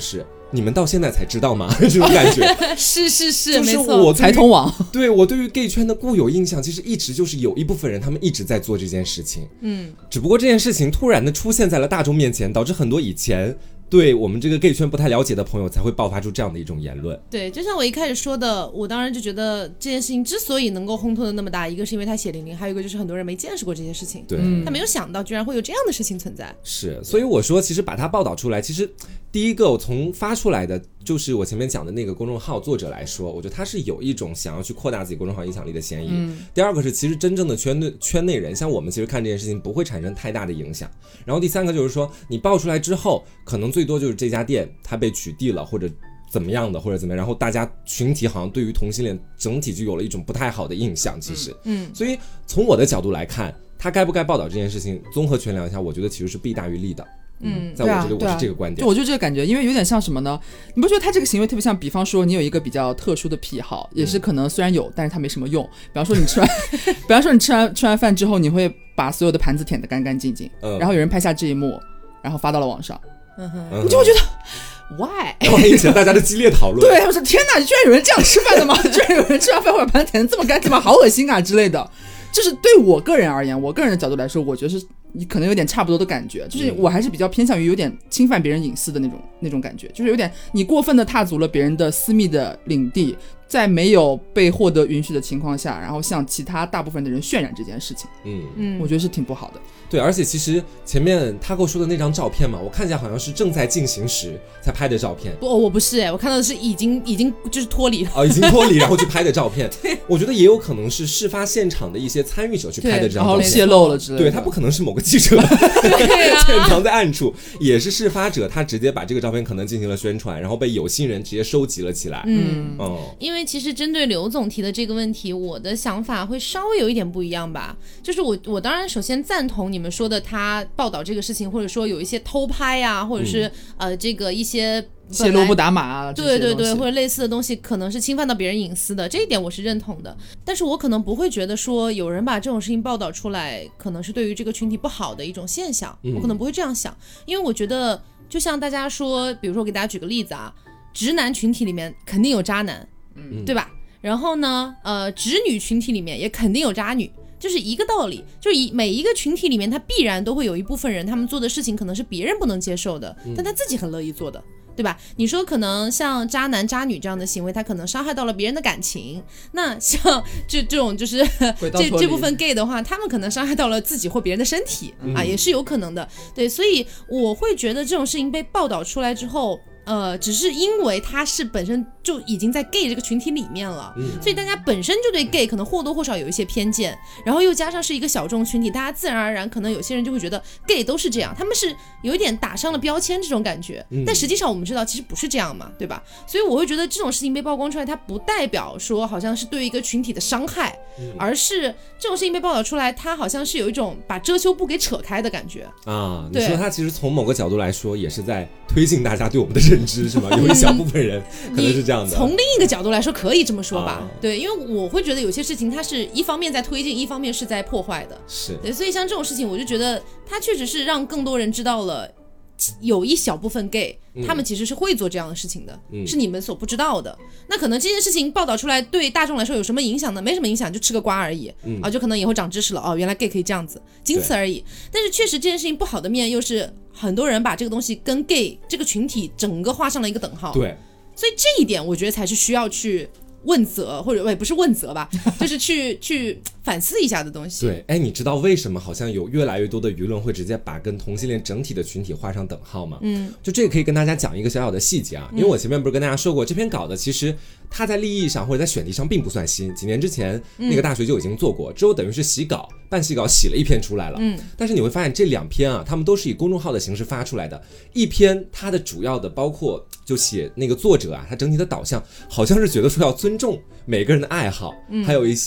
你们到现在才知道吗？这种感觉是是是， 就是没错， 我财通网， 对我对于 gay 圈的固有印象，其实一直就是有一部分人他们一直在做这件事情， 嗯， 只不过这件事情突然的出现在了大众面前，导致很多以前对我们这个 gay 圈不太了解的朋友才会爆发出这样的一种言论。 对，就像我一开始说的，我当然就觉得这件事情之所以能够烘托的那么大，一个是因为他血淋淋，还有一个就是很多人没见识过这些事情， 对、 嗯、 他没有想到居然会有这样的事情存在。 是，所以我说其实把它报道出来，其实第一个我从发出来的就是我前面讲的那个公众号作者来说，我觉得他是有一种想要去扩大自己公众号影响力的嫌疑、嗯、第二个是其实真正的圈内圈内人，像我们其实看这件事情不会产生太大的影响，然后第三个就是说你爆出来之后可能最多就是这家店它被取缔了或者怎么样的或者怎么样，然后大家群体好像对于同性恋整体就有了一种不太好的印象，其实 嗯, 嗯，所以从我的角度来看，他该不该报道这件事情综合权量一下，我觉得其实是弊大于利的。嗯，在我这里我是这个观点、 啊啊、我就这个感觉，因为有点像什么呢，你不觉得他这个行为特别像，比方说你有一个比较特殊的癖好，也是可能虽然有但是他没什么用，比方说你吃完比方说你吃完吃完饭之后，你会把所有的盘子舔得干干净净、嗯、然后有人拍下这一幕然后发到了网上，嗯哼，你就会觉得 why， 然后引起了大家的激烈讨论。 对，我说天哪，居然有人这样吃饭的吗？居然有人吃完饭会把盘子舔得这么干净吗？好恶心啊之类的。就是对我个人而言，我个人的角度来说，我觉得是你可能有点差不多的感觉，就是我还是比较偏向于有点侵犯别人隐私的那种那种感觉，就是有点你过分的踏足了别人的私密的领地，在没有被获得允许的情况下，然后向其他大部分的人渲染这件事情，嗯嗯，我觉得是挺不好的。 对，而且其实前面他跟我说的那张照片嘛，我看起来好像是正在进行时才拍的照片。 不，我不是哎，我看到的是已经已经就是脱离了， 哦，已经脱离然后去拍的照片。我觉得也有可能是事发现场的一些参与者去拍的这张照片， 然后泄露了之类的。 对，他不可能是某个记者潜藏在暗处，也是事发者他直接把这个照片可能进行了宣传，然后被有心人直接收集了起来。 嗯，哦，因为其实针对刘总提的这个问题，我的想法会稍微有一点不一样吧。就是我我当然首先赞同你们说的，他报道这个事情，或者说有一些偷拍啊，或者是、嗯、呃这个一些泄露不打码啊， 对对对，或者类似的东西，可能是侵犯到别人隐私的，这一点我是认同的。但是我可能不会觉得说有人把这种事情报道出来，可能是对于这个群体不好的一种现象，嗯、我可能不会这样想，因为我觉得就像大家说，比如说我给大家举个例子啊，直男群体里面肯定有渣男，嗯，对吧？然后呢，呃，直女群体里面也肯定有渣女。就是一个道理，就是以每一个群体里面，他必然都会有一部分人，他们做的事情可能是别人不能接受的，但他自己很乐意做的，对吧？你说可能像渣男渣女这样的行为，他可能伤害到了别人的感情，那像这这种就是这这部分 gay 的话，他们可能伤害到了自己或别人的身体、嗯、啊，也是有可能的。对，所以我会觉得这种事情被报道出来之后，呃，只是因为他是本身就已经在 gay 这个群体里面了、嗯、所以大家本身就对 gay 可能或多或少有一些偏见，然后又加上是一个小众群体，大家自然而然可能有些人就会觉得 gay 都是这样，他们是有一点打上了标签这种感觉、嗯、但实际上我们知道其实不是这样嘛，对吧？所以我会觉得这种事情被曝光出来，它不代表说好像是对一个群体的伤害、嗯、而是这种事情被报道出来，它好像是有一种把遮羞布给扯开的感觉啊。 你说它其实从某个角度来说也是在推进大家对我们的认知是吗？有一小部分人可能是这样的。 从另一个角度来说可以这么说吧、啊、对，因为我会觉得有些事情它是一方面在推进，一方面是在破坏的， 是对，所以像这种事情我就觉得它确实是让更多人知道了有一小部分 gay、嗯、他们其实是会做这样的事情的、嗯、是你们所不知道的。那可能这件事情报道出来对大众来说有什么影响呢？没什么影响，就吃个瓜而已、嗯、啊，就可能以后长知识了哦，原来 gay 可以这样子，仅此而已。但是确实这件事情不好的面又是很多人把这个东西跟 gay 这个群体整个画上了一个等号， 对， 所以这一点我觉得才是需要去问责，或者也不是问责吧，就是去去反思一下的东西。 对，哎，你知道为什么好像有越来越多的舆论会直接把跟同性恋整体的群体画上等号吗？嗯，就这个可以跟大家讲一个小小的细节啊，因为我前面不是跟大家说过，这篇稿子其实它在立意上或者在选题上并不算新，几年之前那个大学就已经做过，之后等于是洗稿，半洗稿洗了一篇出来了。嗯，但是你会发现这两篇啊，他们都是以公众号的形式发出来的，一篇它的主要的包括就写那个作者啊，他整体的导向好像是觉得说要尊重每个人的爱好、嗯、还有一些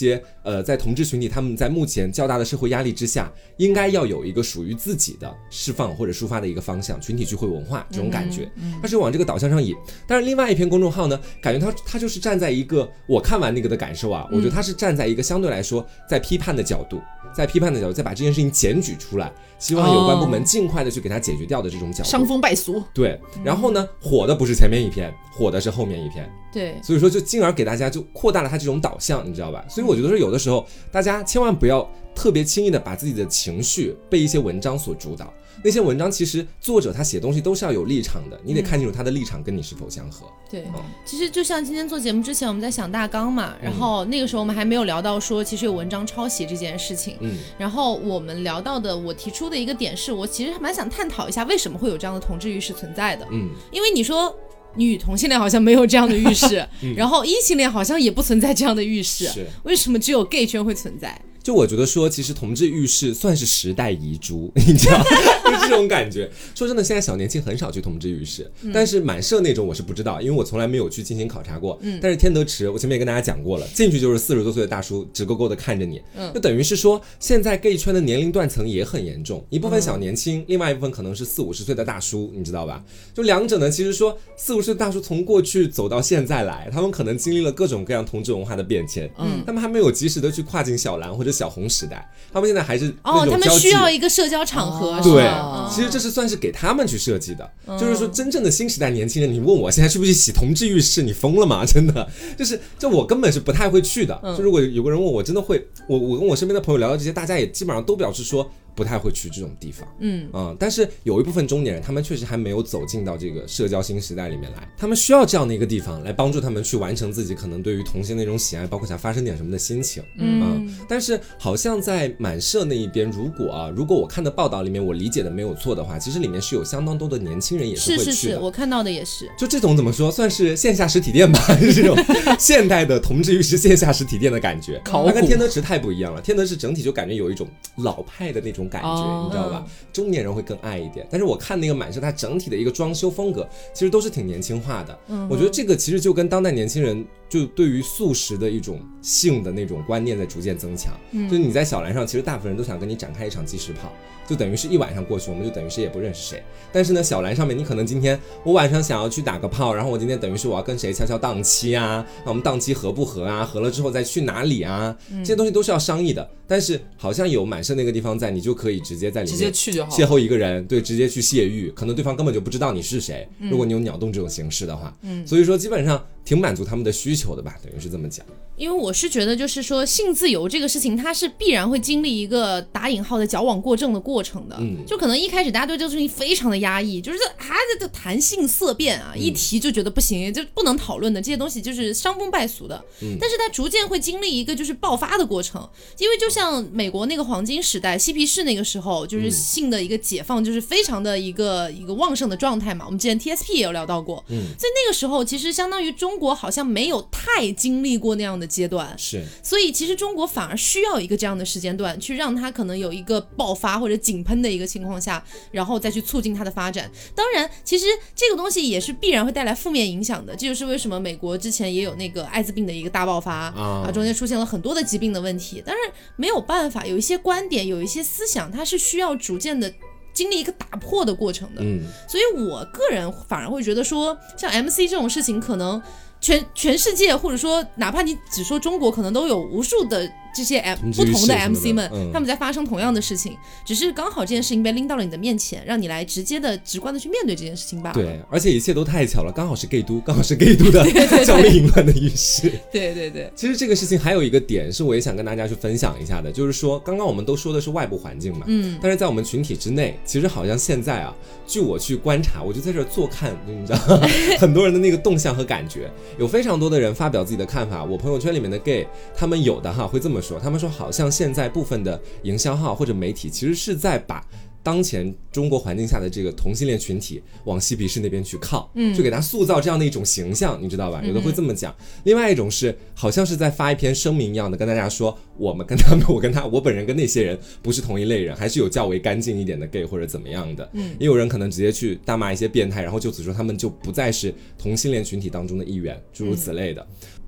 呃，在同志群体他们在目前较大的社会压力之下，应该要有一个属于自己的释放或者抒发的一个方向，群体聚会文化这种感觉，嗯嗯、它是往这个导向上引。但是另外一篇公众号呢，感觉他他就是站在一个我看完那个的感受啊，我觉得他是站在一个相对来说在批判的角度，在批判的角度再把这件事情检举出来，希望有关部门尽快的去给它解决掉的这种角度， 伤风败俗。 对，然后呢，火的不是前面一篇，火的是后面一篇。 对， 所以说就进而给大家就扩大了它这种导向，你知道吧？所以我觉得说有的时候大家千万不要特别轻易的把自己的情绪被一些文章所主导。那些文章其实作者他写东西都是要有立场的，你得看清楚他的立场跟你是否相合。 对、嗯，其实就像今天做节目之前我们在想大纲嘛，然后那个时候我们还没有聊到说其实有文章抄袭这件事情，嗯，然后我们聊到的我提出的一个点是我其实蛮想探讨一下为什么会有这样的同志意识存在的，嗯，因为你说女同性恋好像没有这样的浴室、嗯、然后异性恋好像也不存在这样的浴室，为什么只有 gay 圈会存在？ 就我觉得说其实同志浴室算是时代遗珠，你知道就是这种感觉。说真的，现在小年轻很少去同志浴室、嗯、但是满社那种我是不知道，因为我从来没有去进行考察过、嗯、但是天德池我前面也跟大家讲过了，进去就是四十多岁的大叔直勾勾的看着你、嗯、就等于是说现在 gay 圈的年龄断层也很严重，一部分小年轻、嗯、另外一部分可能是四五十岁的大叔，你知道吧？就两者呢，其实说四五十岁的大叔从过去走到现在来，他们可能经历了各种各样同志文化的变迁，嗯，他们还没有及时的去跨进小蓝或者小红时代，他们现在还是那种交际，哦，他们需要一个社交场合， 对、 哦， 其实这是算是给他们去设计的、哦，就是说真正的新时代年轻人，你问我现在去不去洗同志浴室，你疯了吗？真的，就是就我根本是不太会去的，嗯、就如果有个人问我，真的会，我我跟我身边的朋友聊到这些，大家也基本上都表示说不太会去这种地方，嗯嗯，但是有一部分中年人，他们确实还没有走进到这个社交新时代里面来，他们需要这样的一个地方来帮助他们去完成自己可能对于同性那种喜爱，包括想发生点什么的心情，嗯，嗯但是好像在满社那一边，如果啊，如果我看的报道里面我理解的没有错的话，其实里面是有相当多的年轻人也是会去的， 是是是，我看到的也是， 就这种怎么说，算是线下实体店吧，是这种现代的同志浴室线下实体店的感觉，它跟天德池太不一样了，天德池整体就感觉有一种老派的那种感觉，哦、你知道吧？中年人会更爱一点，但是我看那个满社，它整体的一个装修风格其实都是挺年轻化的。嗯，我觉得这个其实就跟当代年轻人就对于素食的一种性的那种观念在逐渐增强。嗯，就是你在小蓝上，其实大部分人都想跟你展开一场即时炮，就等于是一晚上过去，我们就等于谁也不认识谁。但是呢，小蓝上面你可能今天我晚上想要去打个炮，然后我今天等于是我要跟谁敲敲档期啊，那我们档期合不合啊？合了之后再去哪里啊？这些东西都是要商议的。但是好像有满社那个地方在，你就可以直接在里面直接去就好， 邂逅一个人，对，直接去泄欲，可能对方根本就不知道你是谁。嗯、如果你有鸟洞这种形式的话，嗯，所以说基本上挺满足他们的需求的吧，等于是这么讲。 因为我是觉得就是说性自由这个事情，它是必然会经历一个打引号的矫枉过正的过程的。嗯，就可能一开始大家对这个事情非常的压抑，就是这啊这谈性色变啊，一提就觉得不行，就不能讨论的这些东西就是伤风败俗的。嗯，但是它逐渐会经历一个就是爆发的过程，因为就像美国那个黄金时代嬉皮士那个时候，就是性的一个解放，就是非常的一个一个旺盛的状态嘛。我们之前 T S P 也有聊到过，嗯，所以那个时候其实相当于中国好像没有太经历过那样的阶段， 是， 所以其实中国反而需要一个这样的时间段，去让它可能有一个爆发或者井喷的一个情况下，然后再去促进它的发展。当然，其实这个东西也是必然会带来负面影响的，这就是为什么美国之前也有那个艾滋病的一个大爆发啊，中间出现了很多的疾病的问题。但是没有办法，有一些观点，有一些思想，它是需要逐渐的经历一个打破的过程的。嗯，所以我个人反而会觉得说，像 M C 这种事情，可能全全世界，或者说哪怕你只说中国，可能都有无数的这些 M 不同的 M C 们、嗯、他们在发生同样的事情，只是刚好这件事情被拎到了你的面前，让你来直接的直观的去面对这件事情罢了。 对，而且一切都太巧了，刚好是 gay 都，刚好是 gay 都的教育淫乱的浴室。 对对对， 其实这个事情还有一个点是我也想跟大家去分享一下的，就是说刚刚我们都说的是外部环境嘛，嗯，但是在我们群体之内，其实好像现在啊，据我去观察，我就在这儿坐看，你知道很多人的那个动向和感觉，有非常多的人发表自己的看法。我朋友圈里面的 gay， 他们有的哈会这么说，他们说好像现在部分的营销号或者媒体其实是在把当前中国环境下的这个同性恋群体往嬉皮士那边去靠，嗯，就给他塑造这样的一种形象，你知道吧？有的会这么讲。嗯、另外一种是好像是在发一篇声明一样的，跟大家说我们跟他们，我跟他，我本人跟那些人不是同一类人，还是有较为干净一点的 gay 或者怎么样的。嗯，也有人可能直接去大骂一些变态，然后就此说他们就不再是同性恋群体当中的一员，诸如此类的。嗯，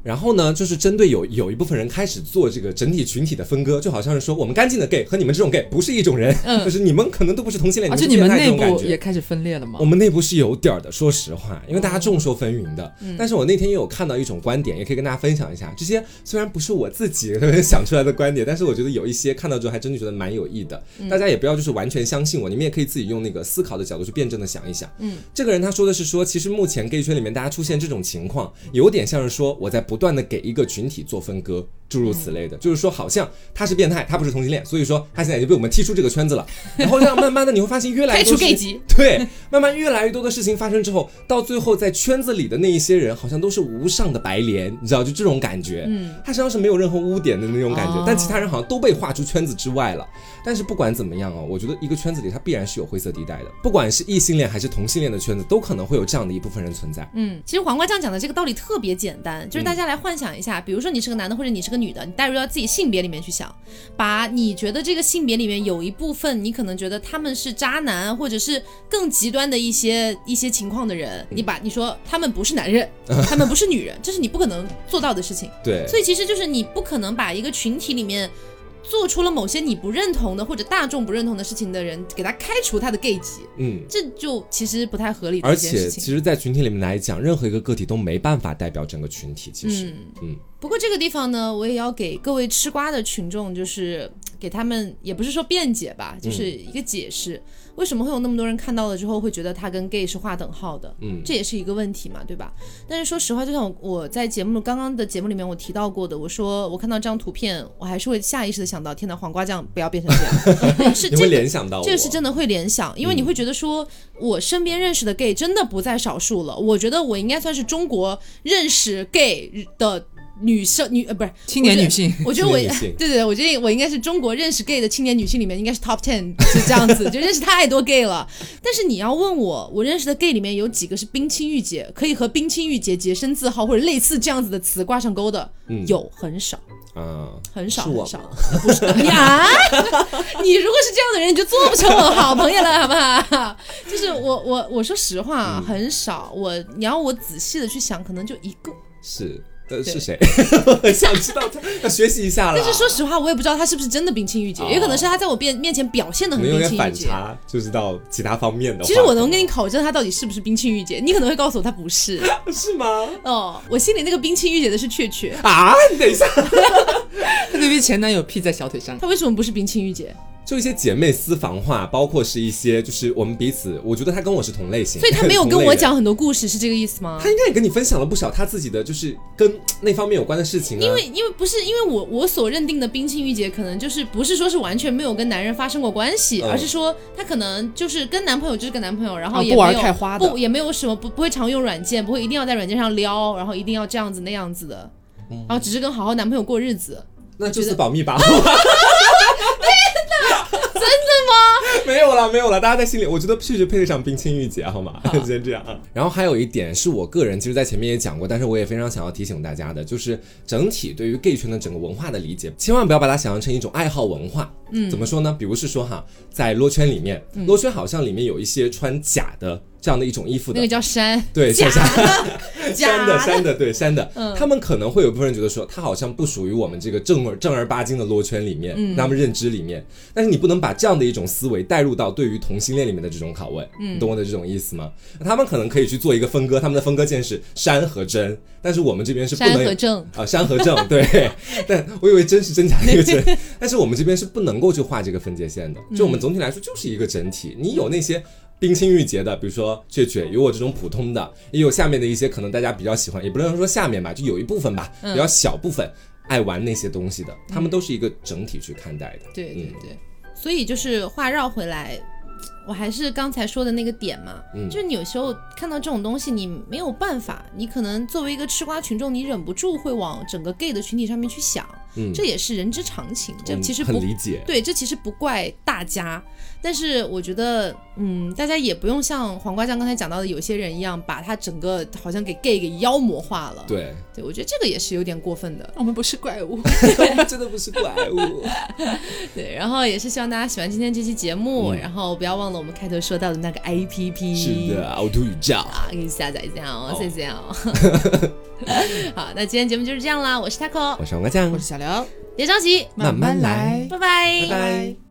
然后呢，就是针对有有一部分人开始做这个整体群体的分割，就好像是说我们干净的 gay 和你们这种 gay 不是一种人，嗯、就是你们可能都不是同性恋， 而且你们内部也开始分裂了吗？ 我们内部是有点的，说实话，因为大家众说纷纭的。嗯、但是我那天也有看到一种观点，也可以跟大家分享一下。这些虽然不是我自己想出来的观点，但是我觉得有一些看到之后还真的觉得蛮有益的。嗯、大家也不要就是完全相信我，你们也可以自己用那个思考的角度去辩证的想一想。嗯，这个人他说的是说，其实目前 gay 圈里面大家出现这种情况，有点像是说我在不断的给一个群体做分割，诸如此类的，嗯、就是说好像他是变态，他不是同性恋，所以说他现在已经被我们踢出这个圈子了。然后这样慢慢的你会发现越来越多开除 gay 级， 对，慢慢越来越多的事情发生之后，到最后在圈子里的那一些人好像都是无上的白莲，你知道就这种感觉，嗯，他身上是没有任何污点的那种感觉，哦、但其他人好像都被划出圈子之外了。但是不管怎么样哦，我觉得一个圈子里它必然是有灰色地带的，不管是异性恋还是同性恋的圈子，都可能会有这样的一部分人存在。 嗯，其实黄瓜酱讲的这个道理特别简单，就是大家来幻想一下，嗯、比如说你是个男的或者你是个女的，你带入到自己性别里面去想，把你觉得这个性别里面有一部分你可能觉得他们是渣男或者是更极端的一些一些情况的人，你把你说他们不是男人，他们不是女人，这是你不可能做到的事情。 对， 所以其实就是你不可能把一个群体里面做出了某些你不认同的或者大众不认同的事情的人，给他开除他的 gay 级，嗯，这就其实不太合理的一件事情。 而且其实在群体里面来讲，任何一个个体都没办法代表整个群体，其实 嗯, 嗯不过这个地方呢，我也要给各位吃瓜的群众，就是给他们也不是说辩解吧，就是一个解释，嗯、为什么会有那么多人看到了之后会觉得他跟 gay 是划等号的，嗯，这也是一个问题嘛，对吧？但是说实话，就像我在节目刚刚的节目里面我提到过的，我说我看到这张图片，我还是会下意识的想到，天哪，黄瓜酱不要变成这样，是你会联想到我， 这个是真的会联想，因为你会觉得说，我身边认识的 gay 真的不在少数了，我觉得我应该算是中国认识 gay 的女生女呃不是青年女性， 我觉得我对对对，我觉得我应该是中国认识 gay 的青年女性里面应该是 top ten 是这样子，就认识太多 gay 了。但是你要问我，我认识的 gay 里面有几个是冰清玉洁，可以和冰清玉洁洁身自好或者类似这样子的词挂上钩的，嗯、有很少。嗯，很少很少，不是你啊！你如果是这样的人，你就做不成我好朋友了，好不好？就是我我我说实话，嗯、很少。我你要我仔细的去想，可能就一个。 是。呃，是谁？我很想知道，要学习一下了。 但是说实话，我也不知道他是不是真的冰清玉洁，哦、也可能是他在我面面前表现的很冰清玉洁。 反差就知道其他方面的。 其实我能跟你考证他到底是不是冰清玉洁，你可能会告诉我他不是。 是吗？ 哦，我心里那个冰清玉洁的是雀雀啊！你等一下， 他对于前男友披在小腿上， 他为什么不是冰清玉洁？ 就一些姐妹私房话，包括是一些就是我们彼此，我觉得他跟我是同类型， 所以他没有跟我讲很多故事，是这个意思吗？ 他应该也跟你分享了不少他自己的就是跟那方面有关的事情啊。 因为因为不是因为我我所认定的冰清玉洁，可能就是不是说是完全没有跟男人发生过关系，嗯、而是说他可能就是跟男朋友就是跟男朋友，然后也没有、 啊、不玩开花的， 不也没有什么不不会常用软件，不会一定要在软件上撩，然后一定要这样子那样子的，嗯、然后只是跟好好男朋友过日子。 那就是保密吧。 真的吗？ 没有啦，没有啦，大家在心里，我觉得确实配得上冰清玉洁，好吗？先这样啊。然后还有一点是我个人，其实在前面也讲过，但是我也非常想要提醒大家的，就是整体对于 gay 圈的整个文化的理解，千万不要把它想象成一种爱好文化。嗯，怎么说呢？比如是说哈，在罗圈里面，嗯、罗圈好像里面有一些穿假的这样的一种衣服的， 那个叫衫， 对， 假的，衫的，衫的，对，衫的。嗯、他们可能会有部分人觉得说，他好像不属于我们这个正儿正儿八经的罗圈里面，嗯、他们认知里面。但是你不能把这样的一种思维带入到对于同性恋里面的这种拷问，嗯、你懂我的这种意思吗？他们可能可以去做一个分割，他们的分割键是山和真，但是我们这边是不能山和正啊、呃，山和正，对。但我以为真是真假的一个真，但是我们这边是不能够去画这个分界线的。就我们总体来说就是一个整体，你有那些冰清玉洁的，比如说雀雀，有我这种普通的，也有下面的一些可能大家比较喜欢，也不能说下面吧，就有一部分吧，比较小部分爱玩那些东西的，他们都是一个整体去看待的。 对对对，嗯、所以就是话绕回来，我还是刚才说的那个点嘛，嗯、就是你有时候看到这种东西，你没有办法，你可能作为一个吃瓜群众，你忍不住会往整个 gay 的群体上面去想。 嗯， 这也是人之常情，这其实不、 嗯、很理解。 对，这其实不怪大家，但是我觉得，嗯，大家也不用像黄瓜酱刚才讲到的有些人一样，把他整个好像给 gay 给妖魔化了。 对， 对，我觉得这个也是有点过分的。 我们不是怪物， 我们真的不是怪物。 对，然后也是希望大家喜欢今天这期节目，嗯、然后不要忘了我们开头说到的那个 A P P。 是的，凹凸宇宙啊，给你下载一下哦，谢谢哦。好，那今天节目就是这样啦，我是 Taco， 我是黄瓜酱， 我是小刘， 别着急， 慢慢来， 拜拜， 拜拜。